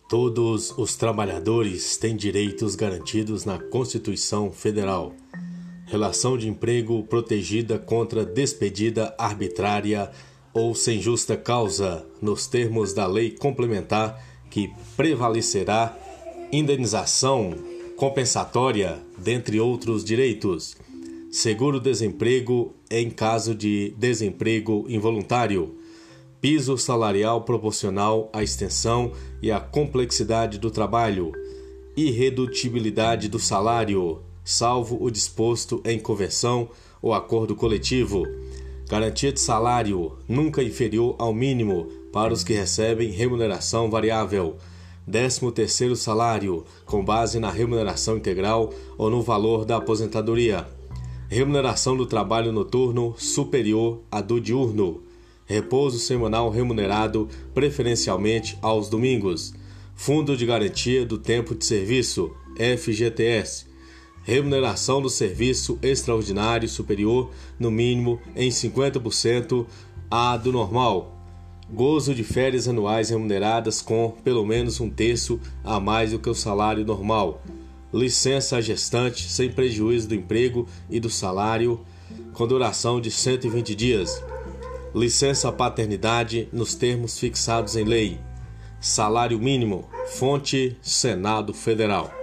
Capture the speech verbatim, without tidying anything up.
Todos os trabalhadores têm direitos garantidos na Constituição Federal. Relação de emprego protegida contra despedida arbitrária ou sem justa causa, nos termos da lei complementar que prevalecerá, indenização compensatória, dentre outros direitos. Seguro-desemprego em caso de desemprego involuntário. Piso salarial proporcional à extensão e à complexidade do trabalho. Irredutibilidade do salário, salvo o disposto em convenção ou acordo coletivo. Garantia de salário, nunca inferior ao mínimo para os que recebem remuneração variável. Décimo terceiro salário, com base na remuneração integral ou no valor da aposentadoria. Remuneração do trabalho noturno superior à do diurno. Repouso semanal remunerado preferencialmente aos domingos. Fundo de Garantia do Tempo de Serviço, F G T S. Remuneração do serviço extraordinário superior, no mínimo, em cinquenta por cento à do normal. Gozo de férias anuais remuneradas com pelo menos um terço a mais do que o salário normal. Licença à gestante sem prejuízo do emprego e do salário, com duração de cento e vinte dias. Licença paternidade nos termos fixados em lei. Salário mínimo. Fonte: Senado Federal.